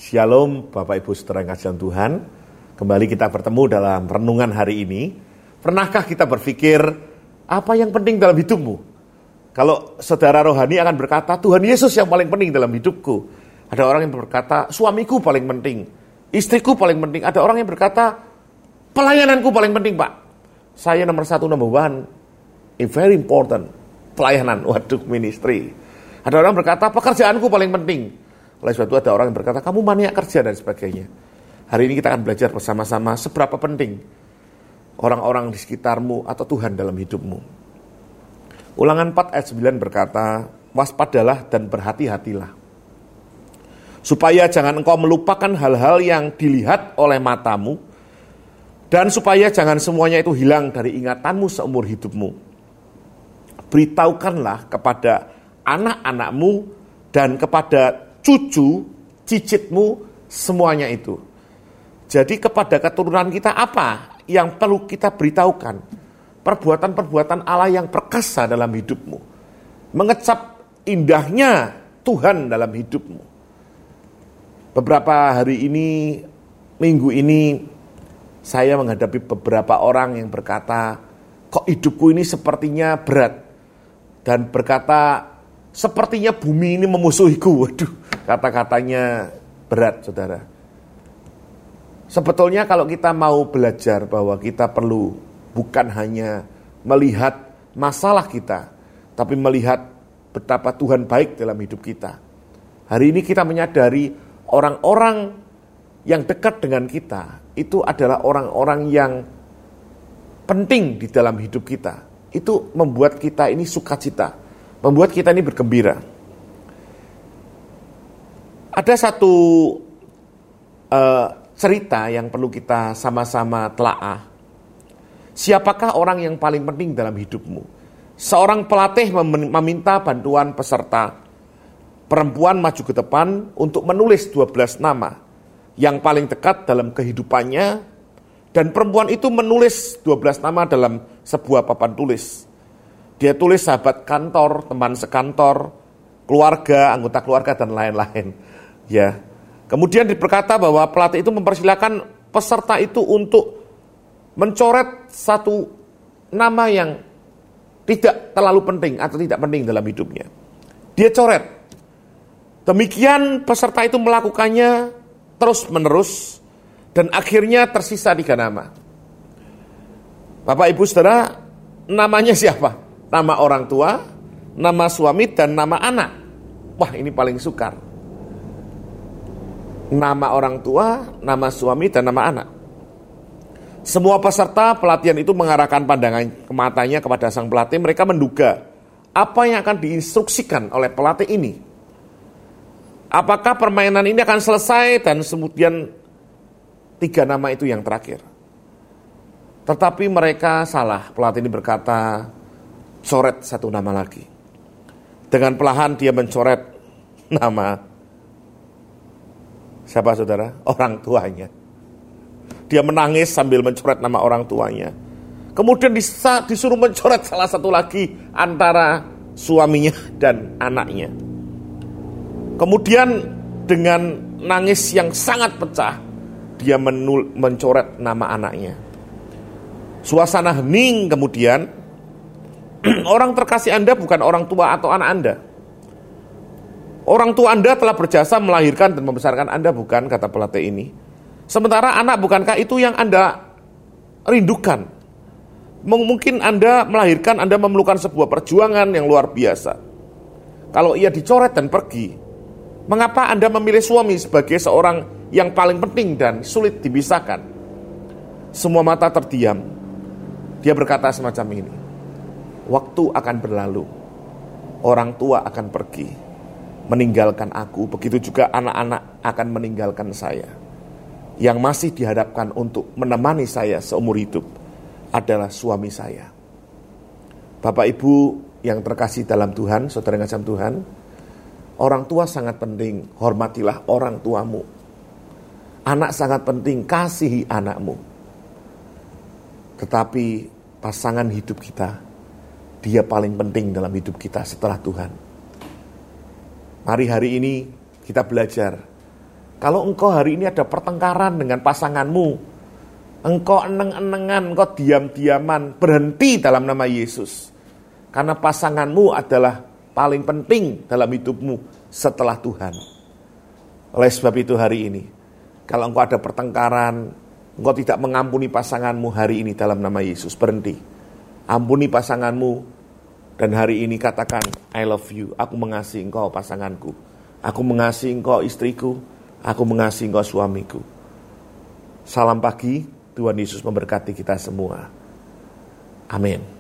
Shalom Bapak Ibu Saudara yang kasihan Tuhan. Kembali kita bertemu dalam renungan hari ini. Pernahkah kita berpikir apa yang penting dalam hidupmu? Kalau saudara rohani akan berkata Tuhan Yesus yang paling penting dalam hidupku. Ada orang yang berkata suamiku paling penting, istriku paling penting. Ada orang yang berkata pelayananku paling penting Pak. Saya nomor satu, number one, very important. Pelayanan, waduh ministry. Ada orang berkata pekerjaanku paling penting. Oleh sebab itu ada orang yang berkata, kamu maniak kerja dan sebagainya. Hari ini kita akan belajar bersama-sama seberapa penting orang-orang di sekitarmu atau Tuhan dalam hidupmu. Ulangan 4 ayat 9 berkata, waspadalah dan berhati-hatilah. Supaya jangan engkau melupakan hal-hal yang dilihat oleh matamu, dan supaya jangan semuanya itu hilang dari ingatanmu seumur hidupmu. Beritahukanlah kepada anak-anakmu dan kepada cucu, cicitmu, semuanya itu. Jadi kepada keturunan kita apa yang perlu kita beritahukan? Perbuatan-perbuatan Allah yang perkasa dalam hidupmu. Mengecap indahnya Tuhan dalam hidupmu. Beberapa hari ini, minggu ini, saya menghadapi beberapa orang yang berkata, kok hidupku ini sepertinya berat. Dan berkata, sepertinya bumi ini memusuhiku. Waduh, kata-katanya berat, saudara. Sebetulnya kalau kita mau belajar bahwa kita perlu bukan hanya melihat masalah kita, tapi melihat betapa Tuhan baik dalam hidup kita. Hari ini kita menyadari orang-orang yang dekat dengan kita, itu adalah orang-orang yang penting di dalam hidup kita. Itu membuat kita ini sukacita, membuat kita ini bergembira. Ada satu cerita yang perlu kita sama-sama telaah. Siapakah orang yang paling penting dalam hidupmu? Seorang pelatih meminta bantuan peserta perempuan maju ke depan untuk menulis 12 nama yang paling dekat dalam kehidupannya. Dan perempuan itu menulis 12 nama dalam sebuah papan tulis. Dia tulis sahabat kantor, teman sekantor, keluarga, anggota keluarga, dan lain-lain. Ya. Kemudian berkata bahwa pelatih itu mempersilakan peserta itu untuk mencoret satu nama yang tidak terlalu penting atau tidak penting dalam hidupnya. Dia coret. Demikian peserta itu melakukannya terus-menerus dan akhirnya tersisa 3 nama. Bapak Ibu Saudara, namanya siapa? Nama orang tua, nama suami, dan nama anak. Wah, ini paling sukar. Nama orang tua, nama suami, dan nama anak. Semua peserta pelatihan itu mengarahkan pandangan matanya kepada sang pelatih. Mereka menduga apa yang akan diinstruksikan oleh pelatih ini. Apakah permainan ini akan selesai dan kemudian 3 nama itu yang terakhir. Tetapi mereka salah. Pelatih ini berkata, coret 1 nama lagi. Dengan perlahan dia mencoret nama siapa saudara? Orang tuanya. Dia menangis sambil mencoret nama orang tuanya. Kemudian disuruh mencoret salah satu lagi antara suaminya dan anaknya. Kemudian dengan nangis yang sangat pecah, dia mencoret nama anaknya. Suasana hening kemudian. Orang terkasih Anda bukan orang tua atau anak Anda. Orang tua Anda telah berjasa melahirkan dan membesarkan Anda, bukan, kata pelatih ini. Sementara anak, bukankah itu yang Anda rindukan? Mungkin Anda melahirkan, Anda memerlukan sebuah perjuangan yang luar biasa. Kalau ia dicoret dan pergi, mengapa Anda memilih suami sebagai seorang yang paling penting dan sulit dipisahkan? Semua mata terdiam. Dia berkata semacam ini. Waktu akan berlalu. Orang tua akan pergi, meninggalkan aku. Begitu juga anak-anak akan meninggalkan saya. Yang masih dihadapkan untuk menemani saya seumur hidup adalah suami saya. Bapak Ibu yang terkasih dalam Tuhan, saudara yang kasihan Tuhan, orang tua sangat penting. Hormatilah orang tuamu. Anak sangat penting, kasihi anakmu. Tetapi pasangan hidup kita, dia paling penting dalam hidup kita setelah Tuhan. Mari hari ini kita belajar Kalau engkau hari ini ada pertengkaran dengan pasanganmu, engkau eneng-enengan, engkau diam-diaman, berhenti dalam nama Yesus. Karena pasanganmu adalah paling penting dalam hidupmu setelah Tuhan. Oleh sebab itu hari ini, kalau engkau ada pertengkaran, engkau tidak mengampuni pasanganmu hari ini dalam nama Yesus, berhenti. Ampuni pasanganmu. Dan hari ini katakan, I love you, aku mengasihi engkau pasanganku. Aku mengasihi engkau istriku, aku mengasihi engkau suamiku. Salam pagi, Tuhan Yesus memberkati kita semua. Amin.